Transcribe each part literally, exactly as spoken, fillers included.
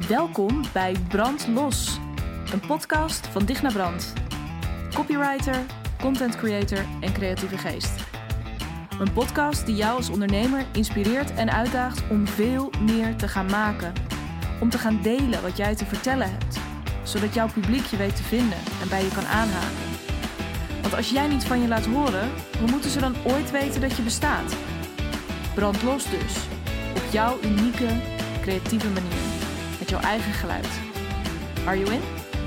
Welkom bij Brand Los, een podcast van Digna Brand. Copywriter, content creator en creatieve geest. Een podcast die jou als ondernemer inspireert en uitdaagt om veel meer te gaan maken. Om te gaan delen wat jij te vertellen hebt, zodat jouw publiek je weet te vinden en bij je kan aanhaken. Want als jij niet van je laat horen, hoe moeten ze dan ooit weten dat je bestaat? Brand los dus, op jouw unieke, creatieve manier. Met jouw eigen geluid. Are you in?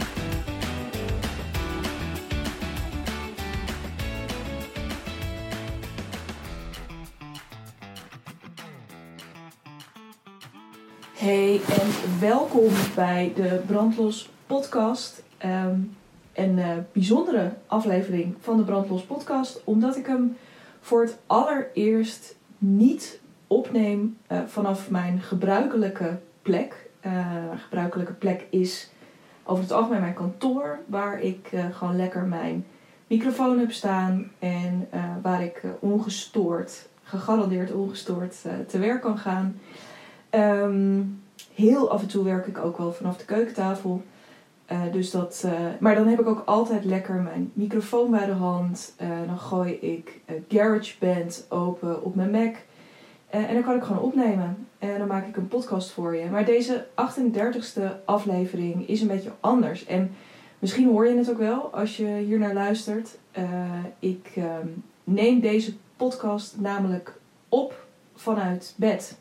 Hey en welkom bij de Brandlos podcast. Um, een uh, bijzondere aflevering van de Brandlos podcast. Omdat ik hem voor het allereerst niet opneem uh, vanaf mijn gebruikelijke plek. Uh, gebruikelijke plek is over het algemeen mijn kantoor, waar ik uh, gewoon lekker mijn microfoon heb staan en uh, waar ik uh, ongestoord, gegarandeerd ongestoord uh, te werk kan gaan. Um, heel af en toe werk ik ook wel vanaf de keukentafel. Uh, dus dat, uh, maar dan heb ik ook altijd lekker mijn microfoon bij de hand. Uh, dan gooi ik uh, GarageBand open op mijn Mac. Uh, en dan kan ik gewoon opnemen. En dan maak ik een podcast voor je. Maar deze achtendertigste aflevering is een beetje anders. En misschien hoor je het ook wel als je hier naar luistert. Uh, ik uh, neem deze podcast namelijk op vanuit bed.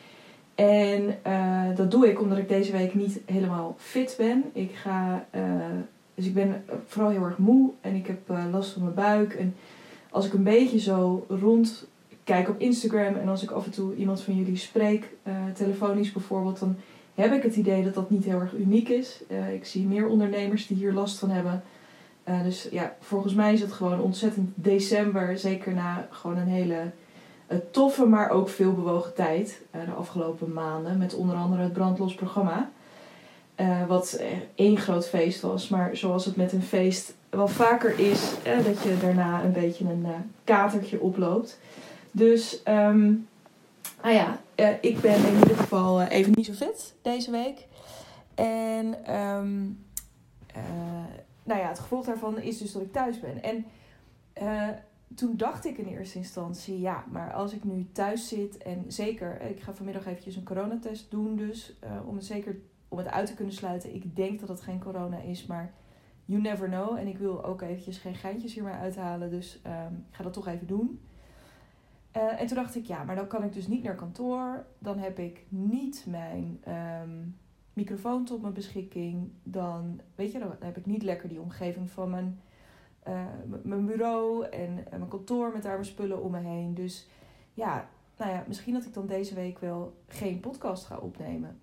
En uh, dat doe ik omdat ik deze week niet helemaal fit ben. Ik ga, uh, dus ik ben vooral heel erg moe en ik heb uh, last van mijn buik. En als ik een beetje zo rond kijk op Instagram en als ik af en toe iemand van jullie spreek, uh, telefonisch bijvoorbeeld, dan heb ik het idee dat dat niet heel erg uniek is. Uh, ik zie meer ondernemers die hier last van hebben. Uh, dus ja, volgens mij is het gewoon ontzettend december, zeker na gewoon een hele uh, toffe, maar ook veel bewogen tijd. Uh, de afgelopen maanden met onder andere het Brandlos programma. Uh, wat uh, één groot feest was, maar zoals het met een feest wel vaker is, uh, dat je daarna een beetje een uh, katertje oploopt. Dus, um, nou ja, uh, ik ben in ieder geval uh, even niet zo fit deze week. En, um, uh, nou ja, het gevolg daarvan is dus dat ik thuis ben. En uh, toen dacht ik in eerste instantie, ja, maar als ik nu thuis zit en zeker, ik ga vanmiddag eventjes een coronatest doen dus, uh, om het zeker, om het uit te kunnen sluiten. Ik denk dat het geen corona is, maar you never know. En ik wil ook eventjes geen geintjes hier maar uithalen, dus um, ik ga dat toch even doen. Uh, en toen dacht ik, ja, maar dan kan ik dus niet naar kantoor. Dan heb ik niet mijn um, microfoon tot mijn beschikking. Dan, weet je, dan heb ik niet lekker die omgeving van mijn, uh, m- mijn bureau en uh, mijn kantoor met daar mijn spullen om me heen. Dus ja, nou ja, misschien dat ik dan deze week wel geen podcast ga opnemen.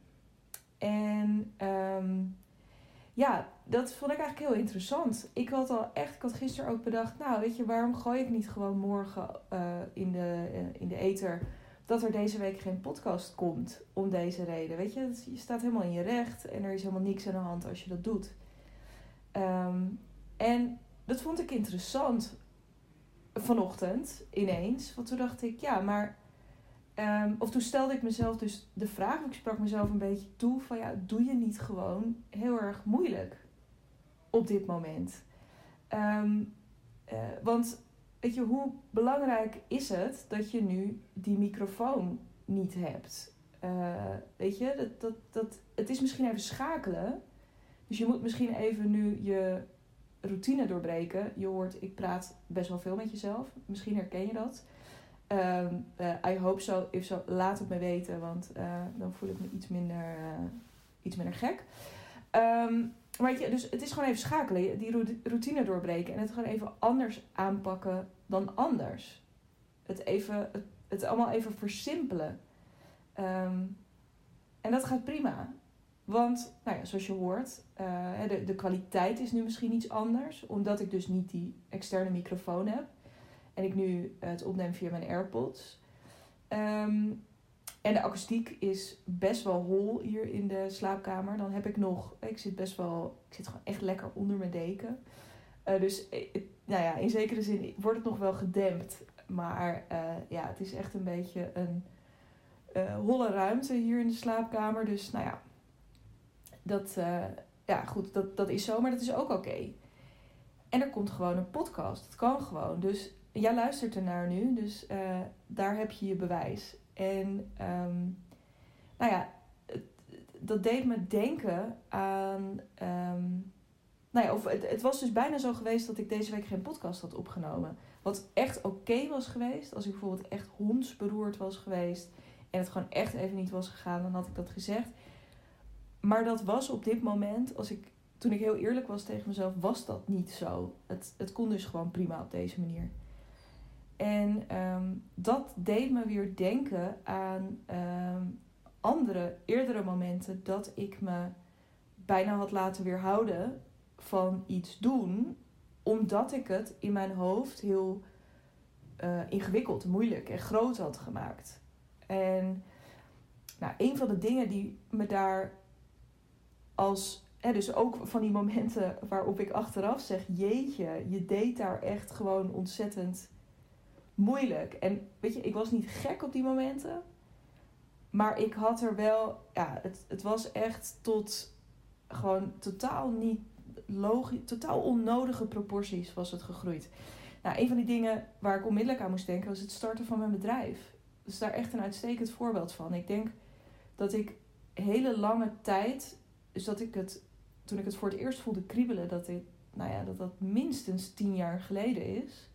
En um, ja, dat vond ik eigenlijk heel interessant. Ik had al echt, ik had gisteren ook bedacht, nou weet je, waarom gooi ik niet gewoon morgen uh, in, de, uh, in de ether dat er deze week geen podcast komt om deze reden. Weet je, je staat helemaal in je recht en er is helemaal niks aan de hand als je dat doet. Um, en dat vond ik interessant vanochtend ineens, want toen dacht ik, ja, maar Um, of toen stelde ik mezelf dus de vraag, ik sprak mezelf een beetje toe van ja, doe je niet gewoon heel erg moeilijk op dit moment? Um, uh, want weet je, hoe belangrijk is het dat je nu die microfoon niet hebt? Uh, weet je, dat, dat, dat, het is misschien even schakelen. Dus je moet misschien even nu je routine doorbreken. Je hoort, ik praat best wel veel met jezelf. Misschien herken je dat. Um, uh, I hope so. If so, laat het me weten. Want uh, dan voel ik me iets minder, uh, iets minder gek. Um, maar weet je, dus het is gewoon even schakelen. Die routine doorbreken. En het gewoon even anders aanpakken dan anders. Het, even, het, het allemaal even versimpelen. Um, en dat gaat prima. Want, nou ja, zoals je hoort, uh, de, de kwaliteit is nu misschien iets anders. Omdat ik dus niet die externe microfoon heb. En ik nu het opneem via mijn AirPods. Um, en de akoestiek is best wel hol hier in de slaapkamer. Dan heb ik nog, ik zit best wel, ik zit gewoon echt lekker onder mijn deken. Uh, dus, het, nou ja, in zekere zin wordt het nog wel gedempt. Maar uh, ja, het is echt een beetje een uh, holle ruimte hier in de slaapkamer. Dus, nou ja, dat, uh, ja goed, dat, dat is zo, maar dat is ook oké. Okay. En er komt gewoon een podcast. Het kan gewoon. Dus jij luistert ernaar nu, dus uh, daar heb je je bewijs. En um, nou ja, het, dat deed me denken aan... Um, nou ja, of het, het was dus bijna zo geweest dat ik deze week geen podcast had opgenomen. Wat echt oké okay was geweest, als ik bijvoorbeeld echt hondsberoerd was geweest en het gewoon echt even niet was gegaan, dan had ik dat gezegd. Maar dat was op dit moment, als ik, toen ik heel eerlijk was tegen mezelf, was dat niet zo. Het, het kon dus gewoon prima op deze manier. En um, dat deed me weer denken aan um, andere, eerdere momenten dat ik me bijna had laten weerhouden van iets doen, omdat ik het in mijn hoofd heel uh, ingewikkeld, moeilijk en groot had gemaakt. En nou, een van de dingen die me daar als, hè, dus ook van die momenten waarop ik achteraf zeg, jeetje, je deed daar echt gewoon ontzettend moeilijk. En weet je, ik was niet gek op die momenten, maar ik had er wel, ja, het, het was echt tot gewoon totaal niet logisch, totaal onnodige proporties was het gegroeid. Nou, een van die dingen waar ik onmiddellijk aan moest denken was het starten van mijn bedrijf. Dat is daar echt een uitstekend voorbeeld van. Ik denk dat ik hele lange tijd, dus dat ik het, toen ik het voor het eerst voelde kriebelen, dat ik, nou ja, dat dat minstens tien jaar geleden is.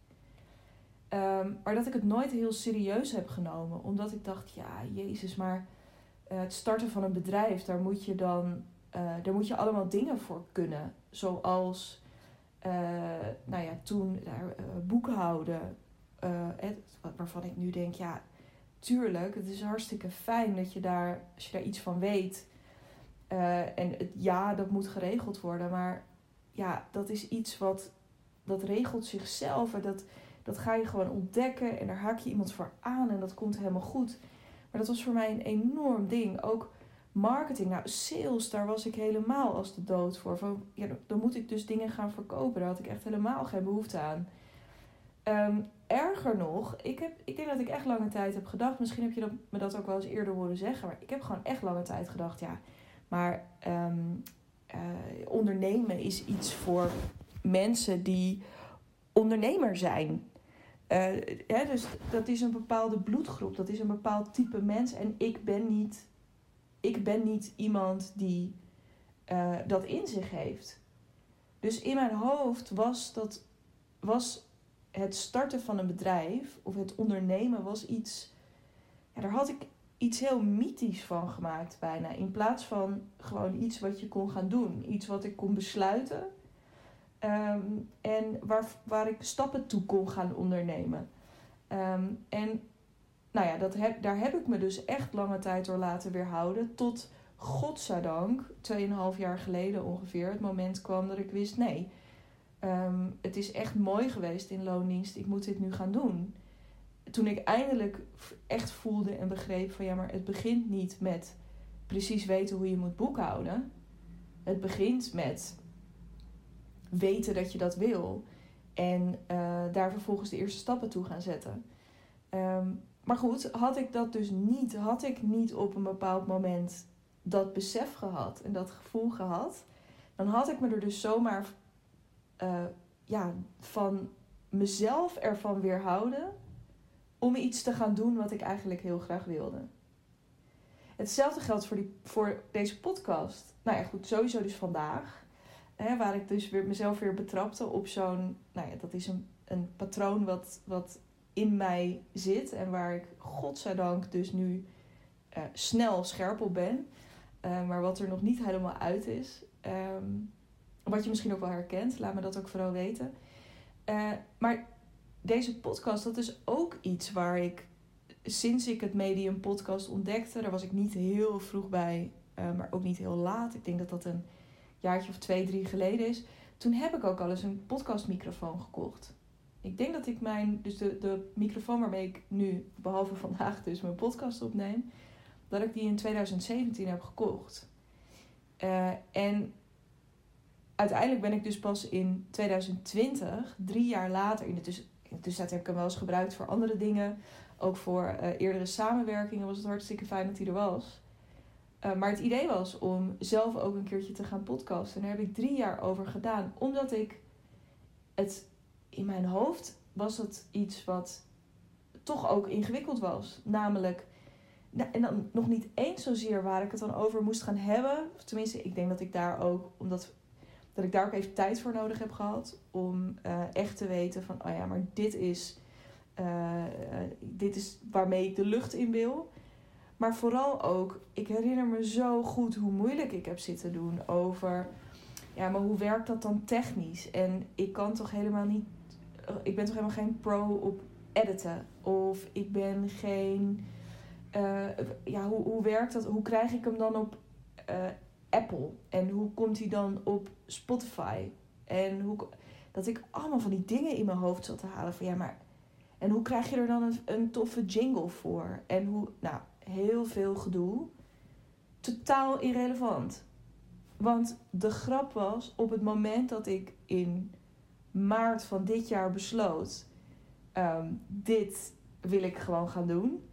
Um, maar dat ik het nooit heel serieus heb genomen. Omdat ik dacht, ja, jezus, maar uh, het starten van een bedrijf, daar moet je dan, uh, daar moet je allemaal dingen voor kunnen. Zoals, uh, nou ja, toen uh, boekhouden. Uh, het, waarvan ik nu denk, ja, tuurlijk, het is hartstikke fijn dat je daar, als je daar iets van weet. Uh, en het, ja, dat moet geregeld worden. Maar ja, dat is iets wat, dat regelt zichzelf. En dat, dat ga je gewoon ontdekken. En daar haak je iemand voor aan. En dat komt helemaal goed. Maar dat was voor mij een enorm ding. Ook marketing, nou sales, daar was ik helemaal als de dood voor. Van, ja, dan moet ik dus dingen gaan verkopen. Daar had ik echt helemaal geen behoefte aan. Um, erger nog, ik, heb, ik denk dat ik echt lange tijd heb gedacht. Misschien heb je dat, me dat ook wel eens eerder horen zeggen. Maar ik heb gewoon echt lange tijd gedacht, ja, maar um, uh, ondernemen is iets voor mensen die ondernemer zijn. Uh, ja, dus dat is een bepaalde bloedgroep, dat is een bepaald type mens. En ik ben niet, ik ben niet iemand die uh, dat in zich heeft. Dus in mijn hoofd was, dat, was het starten van een bedrijf of het ondernemen was iets, ja, daar had ik iets heel mythisch van gemaakt bijna. In plaats van gewoon iets wat je kon gaan doen. Iets wat ik kon besluiten. Um, en waar, waar ik stappen toe kon gaan ondernemen. Um, en nou ja, dat heb, daar heb ik me dus echt lange tijd door laten weerhouden. Tot, godzijdank, tweeënhalf jaar geleden ongeveer, het moment kwam dat ik wist, nee, um, het is echt mooi geweest in loondienst. Ik moet dit nu gaan doen. Toen ik eindelijk echt voelde en begreep van ja, maar het begint niet met precies weten hoe je moet boekhouden. Het begint met weten dat je dat wil. En uh, daar vervolgens de eerste stappen toe gaan zetten. Um, maar goed, had ik dat dus niet, had ik niet op een bepaald moment dat besef gehad en dat gevoel gehad, dan had ik me er dus zomaar uh, ja, van mezelf ervan weerhouden om iets te gaan doen wat ik eigenlijk heel graag wilde. Hetzelfde geldt voor, die, voor deze podcast. Nou ja, goed, sowieso dus vandaag. Hè, waar ik dus weer mezelf weer betrapte op zo'n, nou ja, dat is een, een patroon wat, wat in mij zit. En waar ik, godzijdank, dus nu uh, snel scherp op ben. Uh, maar wat er nog niet helemaal uit is. Um, wat je misschien ook wel herkent. Laat me dat ook vooral weten. Uh, maar deze podcast, dat is ook iets waar ik, sinds ik het medium podcast ontdekte, daar was ik niet heel vroeg bij, uh, maar ook niet heel laat. Ik denk dat dat een jaartje of twee, drie geleden is. Toen heb ik ook al eens een podcastmicrofoon gekocht. Ik denk dat ik mijn, dus de, de microfoon waarmee ik nu, behalve vandaag dus, mijn podcast opneem, dat ik die in twintig zeventien heb gekocht. Uh, en uiteindelijk ben ik dus pas in twintig twintig, drie jaar later, in de tussen, in de tussentijd heb ik hem wel eens gebruikt voor andere dingen. Ook voor uh, eerdere samenwerkingen was het hartstikke fijn dat hij er was. Uh, maar het idee was om zelf ook een keertje te gaan podcasten. En daar heb ik drie jaar over gedaan. Omdat ik het in mijn hoofd was het iets wat toch ook ingewikkeld was. Namelijk, nou, en dan nog niet eens zozeer waar ik het dan over moest gaan hebben. Of tenminste, ik denk dat ik daar ook, omdat dat ik daar ook even tijd voor nodig heb gehad. Om uh, echt te weten van, oh ja, maar dit is, uh, uh, dit is waarmee ik de lucht in wil. Maar vooral ook, ik herinner me zo goed hoe moeilijk ik heb zitten doen over, ja, maar hoe werkt dat dan technisch? En ik kan toch helemaal niet, ik ben toch helemaal geen pro op editen. Of ik ben geen, uh, ja, hoe, hoe werkt dat? Hoe krijg ik hem dan op uh, Apple? En hoe komt hij dan op Spotify? En hoe, dat ik allemaal van die dingen in mijn hoofd zat te halen van, ja, maar, en hoe krijg je er dan een, een toffe jingle voor? En hoe, nou, heel veel gedoe. Totaal irrelevant. Want de grap was, op het moment dat ik in maart van dit jaar besloot, Um, dit wil ik gewoon gaan doen,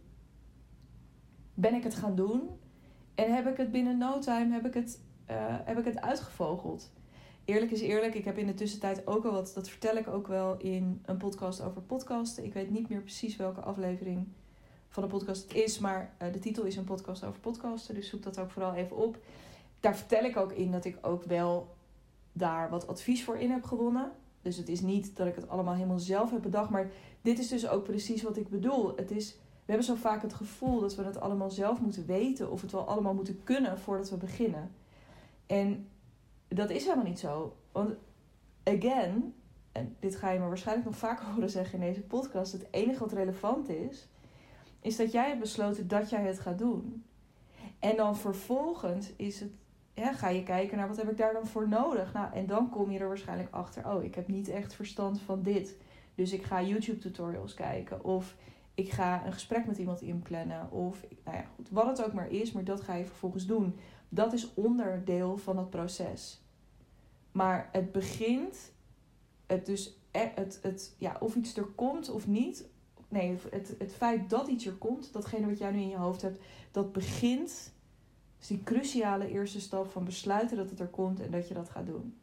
ben ik het gaan doen en heb ik het binnen no time heb ik het, uh, heb ik het uitgevogeld. Eerlijk is eerlijk, ik heb in de tussentijd ook al wat, dat vertel ik ook wel in een podcast over podcasten. Ik weet niet meer precies welke aflevering van de podcast het is, maar uh, de titel is een podcast over podcasten, dus zoek dat ook vooral even op. Daar vertel ik ook in dat ik ook wel daar wat advies voor in heb gewonnen. Dus het is niet dat ik het allemaal helemaal zelf heb bedacht. Maar dit is dus ook precies wat ik bedoel. Het is, we hebben zo vaak het gevoel dat we het allemaal zelf moeten weten. Of het wel allemaal moeten kunnen voordat we beginnen. En dat is helemaal niet zo. Want again, en dit ga je me waarschijnlijk nog vaker horen zeggen in deze podcast. Het enige wat relevant is, is dat jij hebt besloten dat jij het gaat doen. En dan vervolgens is het, ja, ga je kijken naar wat heb ik daar dan voor nodig. Nou, en dan kom je er waarschijnlijk achter, oh, ik heb niet echt verstand van dit. Dus ik ga YouTube tutorials kijken. Of ik ga een gesprek met iemand inplannen. Of, nou ja, goed, wat het ook maar is, maar dat ga je vervolgens doen. Dat is onderdeel van het proces. Maar het begint, het dus, het, het, ja, of iets er komt of niet. Nee, het, het feit dat iets er komt, datgene wat jij nu in je hoofd hebt, dat begint. Dus die cruciale eerste stap van besluiten dat het er komt en dat je dat gaat doen.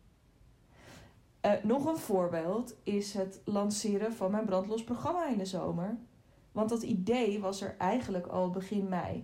Uh, nog een voorbeeld is het lanceren van mijn brandlos programma in de zomer. Want dat idee was er eigenlijk al begin mei.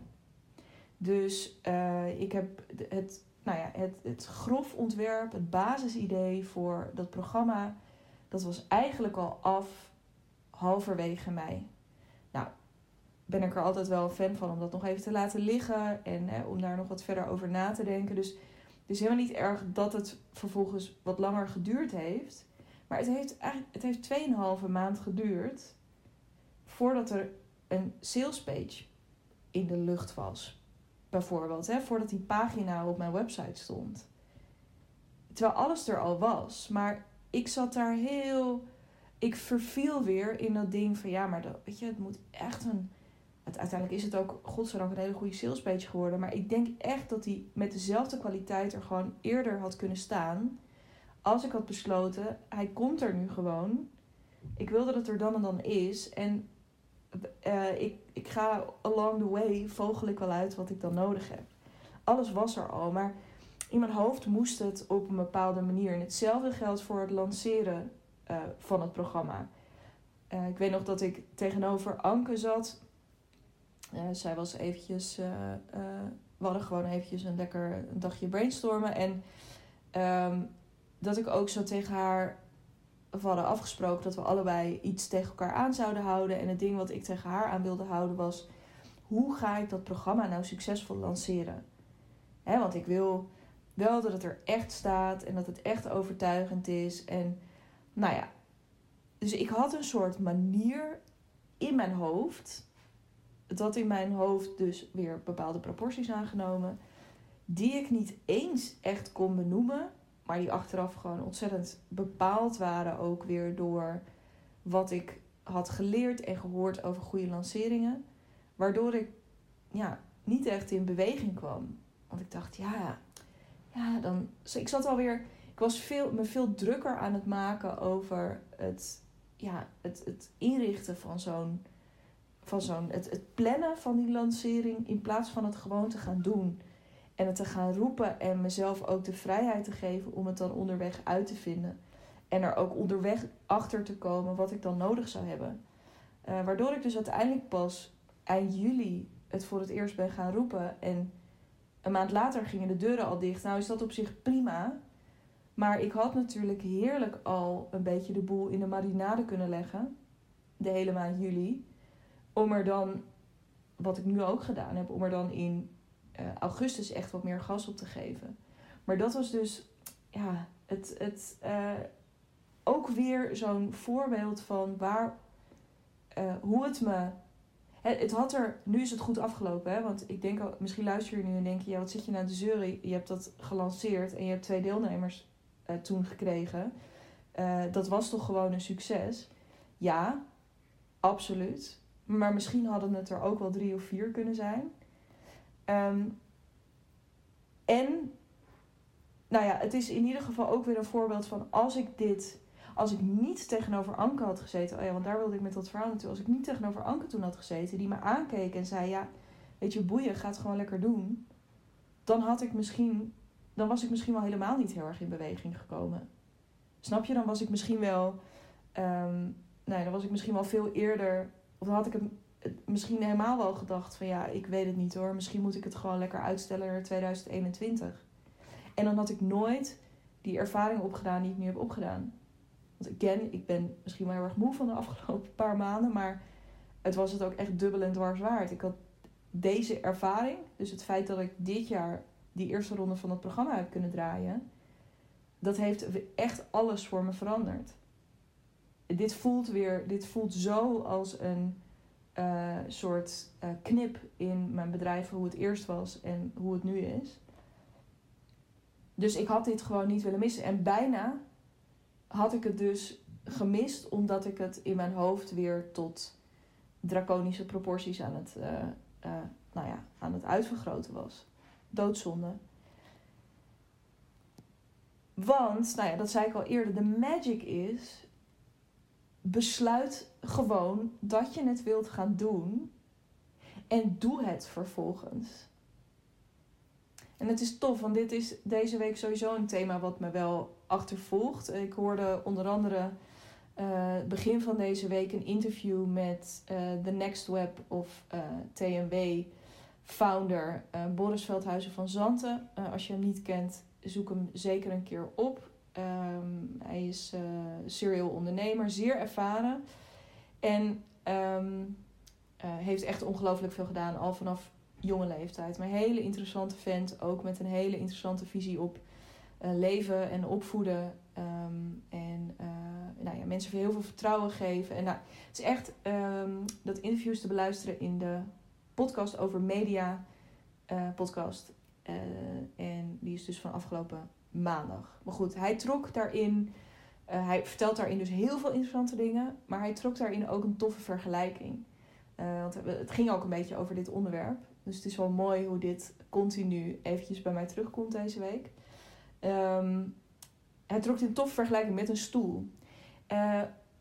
Dus uh, ik heb het, nou ja, het, het grof ontwerp, het basisidee voor dat programma, dat was eigenlijk al af halverwege mei. Nou, ben ik er altijd wel een fan van om dat nog even te laten liggen en hè, om daar nog wat verder over na te denken. Dus het is helemaal niet erg dat het vervolgens wat langer geduurd heeft. Maar het heeft eigenlijk het heeft tweeënhalve maand geduurd voordat er een salespage in de lucht was. Bijvoorbeeld, hè, voordat die pagina op mijn website stond. Terwijl alles er al was. Maar ik zat daar heel... Ik verviel weer in dat ding van ja, maar dat, weet je, het moet echt een... Het, uiteindelijk is het ook, godzijdank, een hele goede salespage geworden. Maar ik denk echt dat die met dezelfde kwaliteit er gewoon eerder had kunnen staan. Als ik had besloten, hij komt er nu gewoon. Ik wil dat het er dan en dan is. En uh, ik, ik ga along the way, vogel ik wel uit wat ik dan nodig heb. Alles was er al, maar in mijn hoofd moest het op een bepaalde manier. En hetzelfde geldt voor het lanceren uh, van het programma. Uh, ik weet nog dat ik tegenover Anke zat. Uh, zij was eventjes... Uh, uh, we hadden gewoon eventjes een lekker een dagje brainstormen. En um, dat ik ook zo tegen haar... We hadden afgesproken dat we allebei iets tegen elkaar aan zouden houden. En het ding wat ik tegen haar aan wilde houden was... Hoe ga ik dat programma nou succesvol lanceren? Hè, want ik wil wel dat het er echt staat. En dat het echt overtuigend is. En nou ja. Dus ik had een soort manier in mijn hoofd... Dat in mijn hoofd dus weer bepaalde proporties aangenomen. Die ik niet eens echt kon benoemen. Maar die achteraf gewoon ontzettend bepaald waren. Ook weer door wat ik had geleerd en gehoord over goede lanceringen. Waardoor ik ja, niet echt in beweging kwam. Want ik dacht, ja, ja dan... Ik zat alweer... Ik was veel, me veel drukker aan het maken over het, ja, het, het inrichten van zo'n... van zo'n het, het plannen van die lancering in plaats van het gewoon te gaan doen. En het te gaan roepen en mezelf ook de vrijheid te geven om het dan onderweg uit te vinden. En er ook onderweg achter te komen wat ik dan nodig zou hebben. Uh, waardoor ik dus uiteindelijk pas eind juli het voor het eerst ben gaan roepen. En een maand later gingen de deuren al dicht. Nou is dat op zich prima. Maar ik had natuurlijk heerlijk al een beetje de boel in de marinade kunnen leggen. De hele maand juli. Om er dan, wat ik nu ook gedaan heb, om er dan in uh, augustus echt wat meer gas op te geven. Maar dat was dus, ja, het, het uh, ook weer zo'n voorbeeld van waar, uh, hoe het me... Het, het had er, nu is het goed afgelopen, hè? Want ik denk, al, misschien luister je nu en denk je, ja, wat zit je nou de zeuren? Je hebt dat gelanceerd en je hebt twee deelnemers uh, toen gekregen. Uh, dat was toch gewoon een succes? Ja, absoluut. Maar misschien hadden het er ook wel drie of vier kunnen zijn. Um, en, nou ja, het is in ieder geval ook weer een voorbeeld van als ik dit... Als ik niet tegenover Anke had gezeten... Oh ja, want daar wilde ik met dat verhaal naartoe. Als ik niet tegenover Anke toen had gezeten... die me aankeek en zei... Ja, weet je, boeien, ga het gewoon lekker doen. Dan had ik misschien... Dan was ik misschien wel helemaal niet heel erg in beweging gekomen. Snap je? Dan was ik misschien wel... Um, nee, dan was ik misschien wel veel eerder... Of dan had ik het, het misschien helemaal wel gedacht van... Ja, ik weet het niet hoor. Misschien moet ik het gewoon lekker uitstellen naar twintig eenentwintig. En dan had ik nooit die ervaring opgedaan die ik nu heb opgedaan. Want again, ik ben misschien wel heel erg moe van de afgelopen paar maanden. Maar het was het ook echt dubbel en dwars waard. Ik had deze ervaring. Dus het feit dat ik dit jaar die eerste ronde van het programma heb kunnen draaien. Dat heeft echt alles voor me veranderd. Dit voelt weer, dit voelt zo als een uh, soort uh, knip in mijn bedrijf. Hoe het eerst was en hoe het nu is. Dus ik had dit gewoon niet willen missen. En bijna had ik het dus gemist, omdat ik het in mijn hoofd weer tot draconische proporties aan het, uh, uh, nou ja, aan het uitvergroten was. Doodzonde. Want, nou ja, dat zei ik al eerder, de magic is, besluit gewoon dat je het wilt gaan doen en doe het vervolgens. En het is tof, want dit is deze week sowieso een thema wat me wel achtervolgt. Ik hoorde onder andere uh, begin van deze week een interview met uh, The Next Web of uh, T N W founder uh, Boris Veldhuizen van Zanten. Uh, als je hem niet kent, zoek hem zeker een keer op. Um, hij is uh, serial ondernemer, zeer ervaren. En um, uh, heeft echt ongelooflijk veel gedaan, al vanaf jonge leeftijd. Maar een hele interessante vent, ook met een hele interessante visie op uh, leven en opvoeden. Um, en uh, nou ja, mensen heel veel vertrouwen geven. En nou, het is echt, um, dat interview is te beluisteren in de podcast over media uh, podcast. Uh, en die is dus van afgelopen maandag. Maar goed, hij trok daarin, uh, hij vertelt daarin dus heel veel interessante dingen. Maar hij trok daarin ook een toffe vergelijking. Uh, want het ging ook een beetje over dit onderwerp. Dus het is wel mooi hoe dit continu eventjes bij mij terugkomt deze week. Um, hij trok een toffe vergelijking met een stoel. Uh,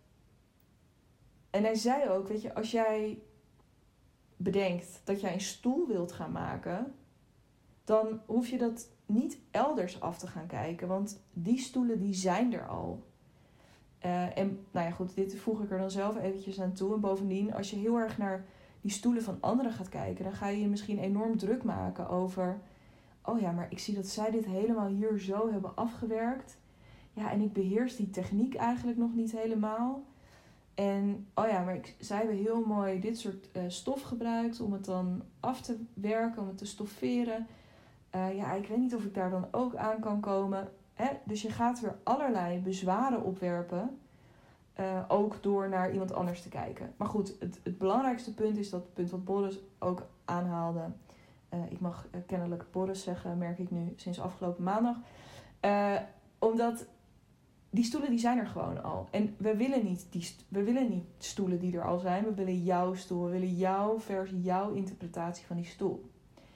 en hij zei ook, weet je, als jij bedenkt dat jij een stoel wilt gaan maken, dan hoef je dat niet elders af te gaan kijken. Want die stoelen die zijn er al. Uh, en nou ja, goed, dit voeg ik er dan zelf eventjes aan toe. En bovendien, als je heel erg naar die stoelen van anderen gaat kijken, dan ga je je misschien enorm druk maken over, oh ja, maar ik zie dat zij dit helemaal hier zo hebben afgewerkt. Ja, en ik beheers die techniek eigenlijk nog niet helemaal. En oh ja, maar ik, zij hebben heel mooi dit soort uh, stof gebruikt om het dan af te werken, om het te stofferen. Uh, ja, ik weet niet of ik daar dan ook aan kan komen. Hè? Dus je gaat weer allerlei bezwaren opwerpen. Uh, ook door naar iemand anders te kijken. Maar goed, het, het belangrijkste punt is dat punt wat Boris ook aanhaalde. Uh, ik mag uh, kennelijk Boris zeggen, merk ik nu sinds afgelopen maandag. Uh, omdat die stoelen die zijn er gewoon al. En we willen, niet die st- we willen niet stoelen die er al zijn. We willen jouw stoel. We willen jouw versie, jouw interpretatie van die stoel.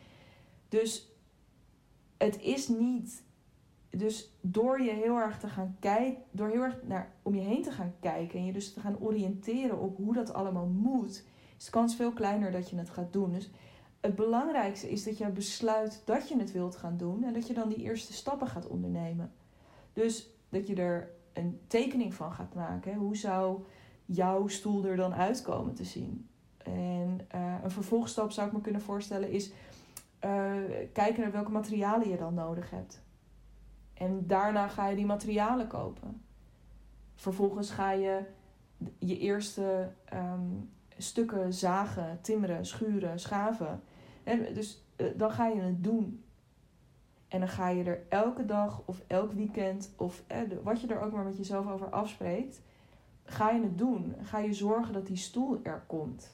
Dus het is niet... Dus door je heel erg te gaan kijken, door heel erg naar om je heen te gaan kijken en je dus te gaan oriënteren op hoe dat allemaal moet, is de kans veel kleiner dat je het gaat doen. Dus het belangrijkste is dat je besluit dat je het wilt gaan doen en dat je dan die eerste stappen gaat ondernemen. Dus dat je er een tekening van gaat maken. Hoe zou jouw stoel er dan uitkomen te zien? En uh, een vervolgstap zou ik me kunnen voorstellen is uh, kijken naar welke materialen je dan nodig hebt. En daarna ga je die materialen kopen. Vervolgens ga je je eerste um, stukken zagen, timmeren, schuren, schaven. En dus uh, dan ga je het doen. En dan ga je er elke dag of elk weekend of eh, wat je er ook maar met jezelf over afspreekt, ga je het doen. Ga je zorgen dat die stoel er komt.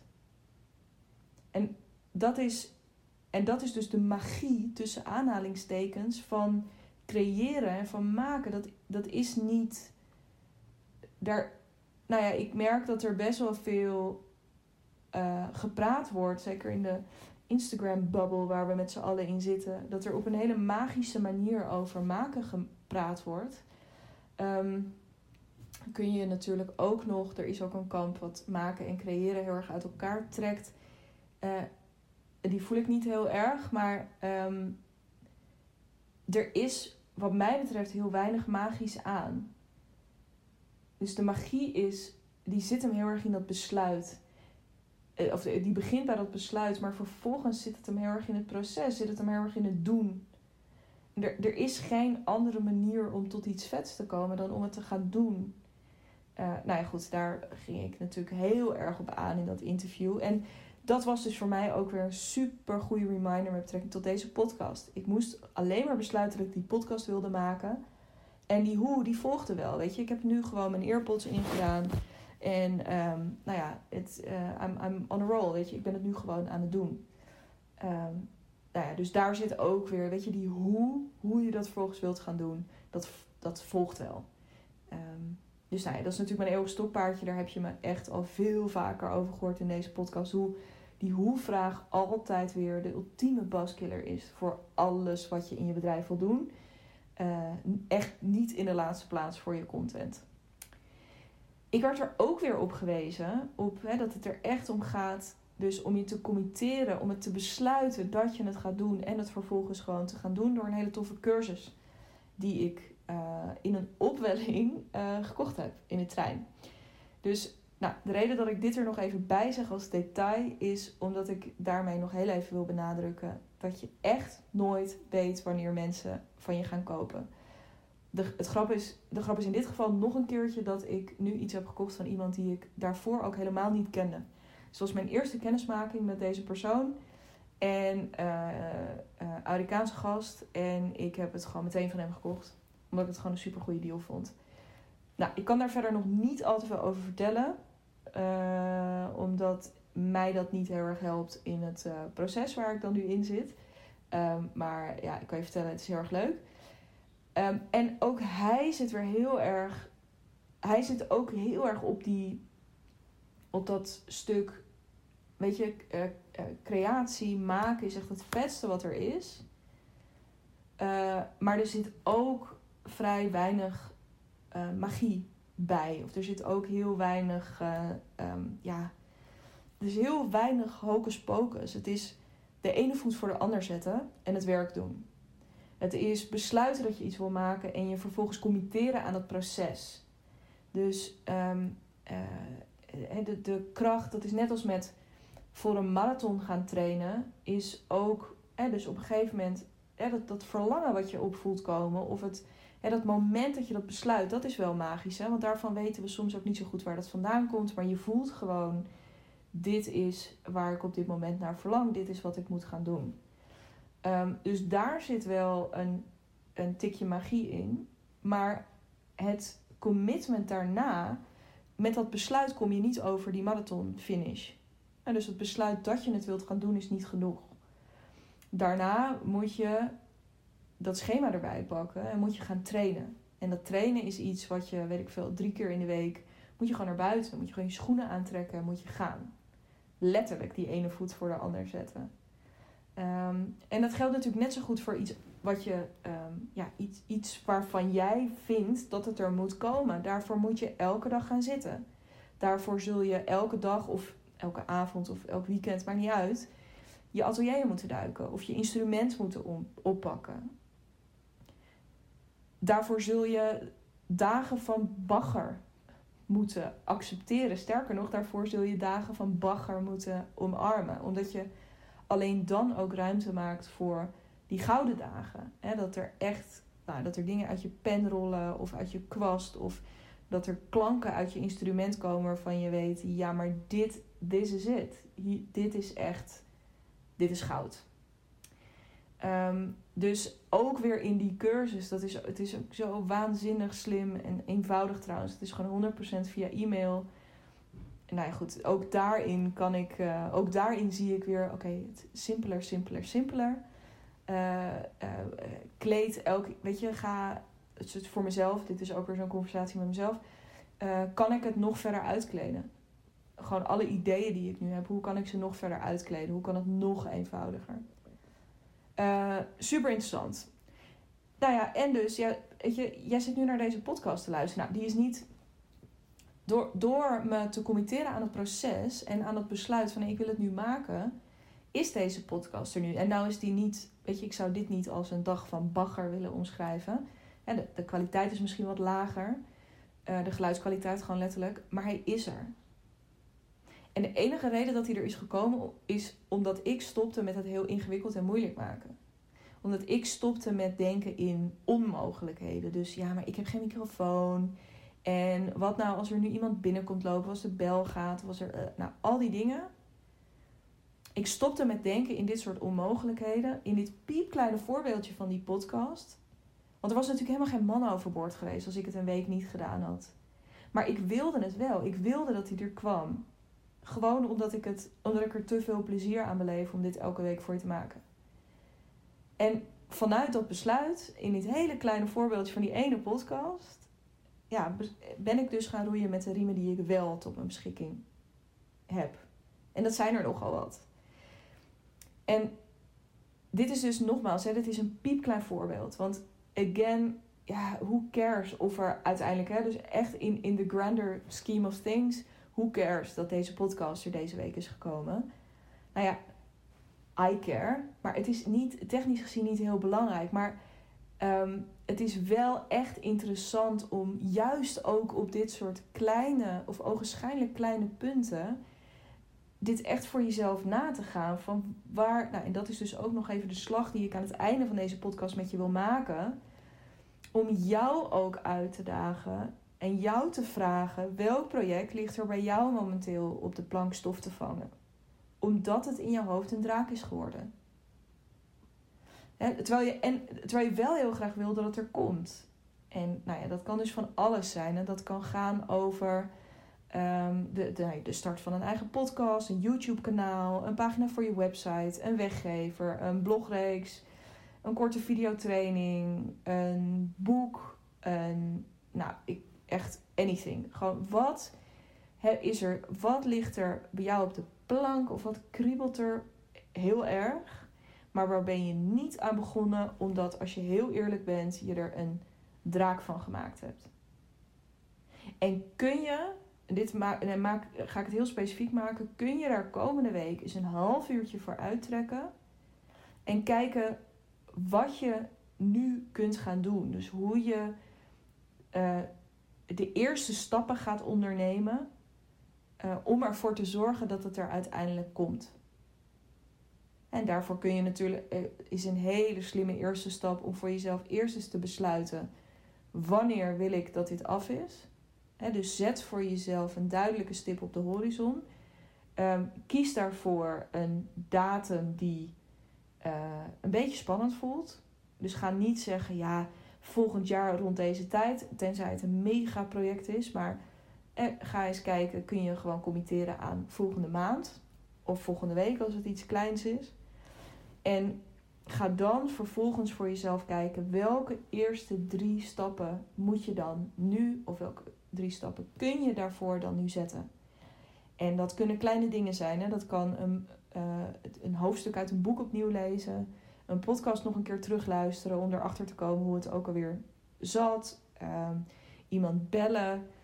En dat is, en dat is dus de magie tussen aanhalingstekens van creëren en van maken. Dat, dat is niet... Daar, nou ja, ik merk dat er best wel veel uh, gepraat wordt, zeker in de Instagram-bubble waar we met z'n allen in zitten, dat er op een hele magische manier over maken gepraat wordt. Um, kun je natuurlijk ook nog, er is ook een kamp wat maken en creëren heel erg uit elkaar trekt. Uh, die voel ik niet heel erg, maar um, er is wat mij betreft heel weinig magisch aan. Dus de magie is, die zit hem heel erg in dat besluit. Of die begint bij dat besluit, maar vervolgens zit het hem heel erg in het proces, zit het hem heel erg in het doen. Er, er is geen andere manier om tot iets vets te komen dan om het te gaan doen. Uh, nou ja, goed, daar ging ik natuurlijk heel erg op aan in dat interview. En dat was dus voor mij ook weer een super goede reminder met betrekking tot deze podcast. Ik moest alleen maar besluiten dat ik die podcast wilde maken. En die hoe, die volgde wel, weet je. Ik heb nu gewoon mijn earpods ingedaan. En um, nou ja, it, uh, I'm, I'm on a roll, weet je. Ik ben het nu gewoon aan het doen. Um, nou ja, dus daar zit ook weer, weet je, die hoe, hoe je dat vervolgens wilt gaan doen, dat, dat volgt wel. Um, dus nou ja, dat is natuurlijk mijn eeuwig stokpaardje. Daar heb je me echt al veel vaker over gehoord in deze podcast. Hoe die hoe-vraag altijd weer de ultieme buzzkiller is voor alles wat je in je bedrijf wil doen. Uh, echt niet in de laatste plaats voor je content. Ik werd er ook weer op gewezen op, hè, dat het er echt om gaat, dus om je te committeren, om het te besluiten dat je het gaat doen en het vervolgens gewoon te gaan doen door een hele toffe cursus die ik uh, in een opwelling uh, gekocht heb in de trein. Dus nou, de reden dat ik dit er nog even bij zeg als detail is omdat ik daarmee nog heel even wil benadrukken dat je echt nooit weet wanneer mensen van je gaan kopen. De, het grap is, de grap is in dit geval nog een keertje dat ik nu iets heb gekocht van iemand die ik daarvoor ook helemaal niet kende. Dus dat was mijn eerste kennismaking met deze persoon. En uh, uh, Amerikaanse gast. En ik heb het gewoon meteen van hem gekocht. Omdat ik het gewoon een super goede deal vond. Nou, ik kan daar verder nog niet al te veel over vertellen. Uh, omdat mij dat niet heel erg helpt in het uh, proces waar ik dan nu in zit. Um, maar ja, ik kan je vertellen, het is heel erg leuk. Um, en ook hij zit weer heel erg... Hij zit ook heel erg op die... Op dat stuk... Weet je, uh, uh, creatie, maken is echt het vetste wat er is. Uh, maar er zit ook vrij weinig uh, magie bij. Of er zit ook heel weinig... Uh, um, ja, er is heel weinig hocus pocus. Het is de ene voet voor de ander zetten en het werk doen. Het is besluiten dat je iets wil maken en je vervolgens committeren aan het proces. Dus um, uh, de, de kracht, dat is net als met voor een marathon gaan trainen, is ook, eh, dus op een gegeven moment, eh, dat, dat verlangen wat je opvoelt komen, of het, eh, dat moment dat je dat besluit, dat is wel magisch. Hè? Want daarvan weten we soms ook niet zo goed waar dat vandaan komt, maar je voelt gewoon, dit is waar ik op dit moment naar verlang, dit is wat ik moet gaan doen. Um, dus daar zit wel een, een tikje magie in. Maar het commitment daarna, met dat besluit kom je niet over die marathon finish. En dus het besluit dat je het wilt gaan doen is niet genoeg. Daarna moet je dat schema erbij pakken en moet je gaan trainen. En dat trainen is iets wat je, weet ik veel, drie keer in de week moet je gewoon naar buiten. Moet je gewoon je schoenen aantrekken en moet je gaan. Letterlijk die ene voet voor de ander zetten. Um, en dat geldt natuurlijk net zo goed voor iets wat je, um, ja, iets, iets waarvan jij vindt dat het er moet komen. Daarvoor moet je elke dag gaan zitten. Daarvoor zul je elke dag of elke avond of elk weekend, maakt niet uit, je atelier moeten duiken of je instrument moeten om, oppakken. Daarvoor zul je dagen van bagger moeten accepteren. Sterker nog, daarvoor zul je dagen van bagger moeten omarmen. Omdat je alleen dan ook ruimte maakt voor die gouden dagen. He, dat er echt, nou, dat er dingen uit je pen rollen of uit je kwast of dat er klanken uit je instrument komen waarvan je weet, ja, maar dit, this is it. Dit is echt, dit is goud. Um, dus ook weer in die cursus, dat is, het is ook zo waanzinnig slim en eenvoudig trouwens. Het is gewoon honderd procent via e-mail. En nou ja, goed, ook daarin kan ik, uh, ook daarin zie ik weer, oké, okay, het simpeler, simpeler, simpeler. Uh, uh, kleed elk, weet je, ga, het is voor mezelf, dit is ook weer zo'n conversatie met mezelf. Uh, kan ik het nog verder uitkleden? Gewoon alle ideeën die ik nu heb, hoe kan ik ze nog verder uitkleden? Hoe kan het nog eenvoudiger? Uh, super interessant. Nou ja, en dus, ja, weet je, jij zit nu naar deze podcast te luisteren. Nou, die is niet... Door, door me te committeren aan het proces en aan het besluit van, nee, ik wil het nu maken, is deze podcast er nu. En nou is die niet, weet je, ik zou dit niet als een dag van bagger willen omschrijven. Ja, de, de kwaliteit is misschien wat lager. Uh, de geluidskwaliteit gewoon letterlijk. Maar hij is er. En de enige reden dat hij er is gekomen is omdat ik stopte met het heel ingewikkeld en moeilijk maken. Omdat ik stopte met denken in onmogelijkheden. Dus ja, maar ik heb geen microfoon. En wat nou als er nu iemand binnenkomt lopen, als de bel gaat, was er, uh, nou, al die dingen. Ik stopte met denken in dit soort onmogelijkheden. In dit piepkleine voorbeeldje van die podcast. Want er was natuurlijk helemaal geen man overboord geweest als ik het een week niet gedaan had. Maar ik wilde het wel. Ik wilde dat hij er kwam. Gewoon omdat ik, het, omdat ik er te veel plezier aan beleef om dit elke week voor je te maken. En vanuit dat besluit, in dit hele kleine voorbeeldje van die ene podcast, ja, ben ik dus gaan roeien met de riemen die ik wel tot mijn beschikking heb. En dat zijn er nogal wat. En dit is dus nogmaals, hè, dit is een piepklein voorbeeld. Want again, ja, who cares of er uiteindelijk, hè, dus echt in, in the grander scheme of things, who cares dat deze podcast er deze week is gekomen? Nou ja, I care. Maar het is niet, technisch gezien niet heel belangrijk. Maar um, het is wel echt interessant om juist ook op dit soort kleine of ogenschijnlijk kleine punten dit echt voor jezelf na te gaan. Van waar, nou, en dat is dus ook nog even de slag die ik aan het einde van deze podcast met je wil maken. Om jou ook uit te dagen en jou te vragen, welk project ligt er bij jou momenteel op de plank stof te vangen? Omdat het in je hoofd een draak is geworden. He, terwijl, je, en, terwijl je wel heel graag wil dat het er komt. En nou ja, dat kan dus van alles zijn. En dat kan gaan over um, de, de, de start van een eigen podcast, een YouTube-kanaal, een pagina voor je website, een weggever, een blogreeks, een korte videotraining, een boek, een, nou, ik, echt anything. Gewoon wat he, is er, wat ligt er bij jou op de plank of wat kriebelt er heel erg, maar waar ben je niet aan begonnen omdat, als je heel eerlijk bent, je er een draak van gemaakt hebt. En kun je, en dit ma- en maak, ga ik het heel specifiek maken, kun je daar komende week eens een half uurtje voor uittrekken en kijken wat je nu kunt gaan doen. Dus hoe je uh, de eerste stappen gaat ondernemen uh, om ervoor te zorgen dat het er uiteindelijk komt. En daarvoor kun je natuurlijk, uh, is een hele slimme eerste stap om voor jezelf eerst eens te besluiten, wanneer wil ik dat dit af is? He, dus zet voor jezelf een duidelijke stip op de horizon. Um, kies daarvoor een datum die uh, een beetje spannend voelt. Dus ga niet zeggen, ja, volgend jaar rond deze tijd, tenzij het een mega project is. Maar eh, ga eens kijken, kun je gewoon committeren aan volgende maand of volgende week als het iets kleins is. En ga dan vervolgens voor jezelf kijken, welke eerste drie stappen moet je dan nu, of welke drie stappen kun je daarvoor dan nu zetten. En dat kunnen kleine dingen zijn. Hè? Dat kan een, uh, een hoofdstuk uit een boek opnieuw lezen, een podcast nog een keer terugluisteren om erachter te komen hoe het ook alweer zat. Uh, iemand bellen.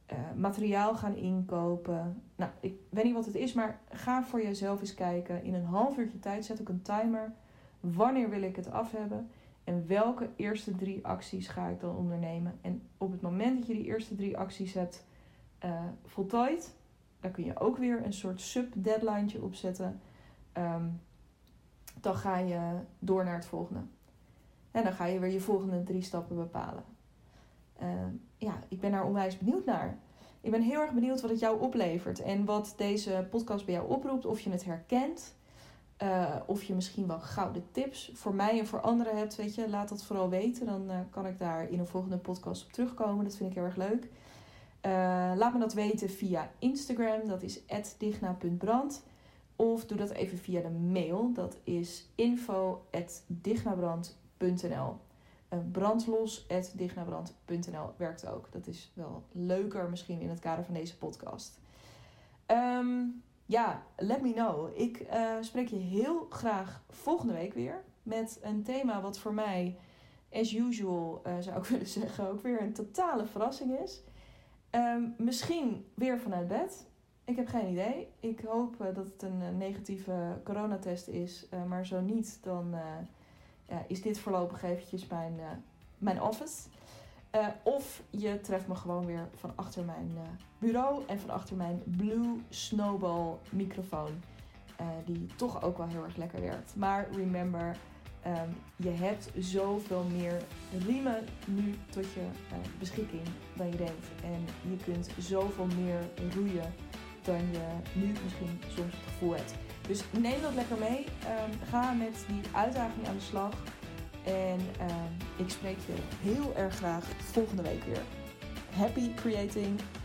uh, materiaal gaan inkopen. Nou, ik weet niet wat het is, maar ga voor jezelf eens kijken. In een half uurtje tijd zet ik een timer. Wanneer wil ik het af hebben? En welke eerste drie acties ga ik dan ondernemen? En op het moment dat je die eerste drie acties hebt uh, voltooid, dan kun je ook weer een soort sub-deadline opzetten. Um, dan ga je door naar het volgende. En dan ga je weer je volgende drie stappen bepalen. Uh, ja, ik ben daar onwijs benieuwd naar. Ik ben heel erg benieuwd wat het jou oplevert. En wat deze podcast bij jou oproept. Of je het herkent. Uh, of je misschien wel gouden tips voor mij en voor anderen hebt. Weet je, laat dat vooral weten. Dan uh, kan ik daar in een volgende podcast op terugkomen. Dat vind ik heel erg leuk. Uh, laat me dat weten via Instagram. Dat is at digna punt brand. Of doe dat even via de mail. Dat is info at dignabrand punt n l. Uh, brandlos at dignabrand punt n l werkt ook. Dat is wel leuker misschien in het kader van deze podcast. Um, ja, let me know. Ik uh, spreek je heel graag volgende week weer. Met een thema wat voor mij, as usual, uh, zou ik willen zeggen, ook weer een totale verrassing is. Um, misschien weer vanuit bed. Ik heb geen idee. Ik hoop uh, dat het een uh, negatieve coronatest is. Uh, maar zo niet, dan uh, ja, is dit voorlopig eventjes mijn, uh, mijn office. Uh, of je treft me gewoon weer van achter mijn uh, bureau en van achter mijn Blue Snowball microfoon. Uh, die toch ook wel heel erg lekker werkt. Maar remember, um, je hebt zoveel meer riemen nu tot je uh, beschikking dan je denkt. En je kunt zoveel meer roeien dan je nu misschien soms het gevoel hebt. Dus neem dat lekker mee. Um, ga met die uitdaging aan de slag. En um, ik spreek je heel erg graag volgende week weer. Happy creating!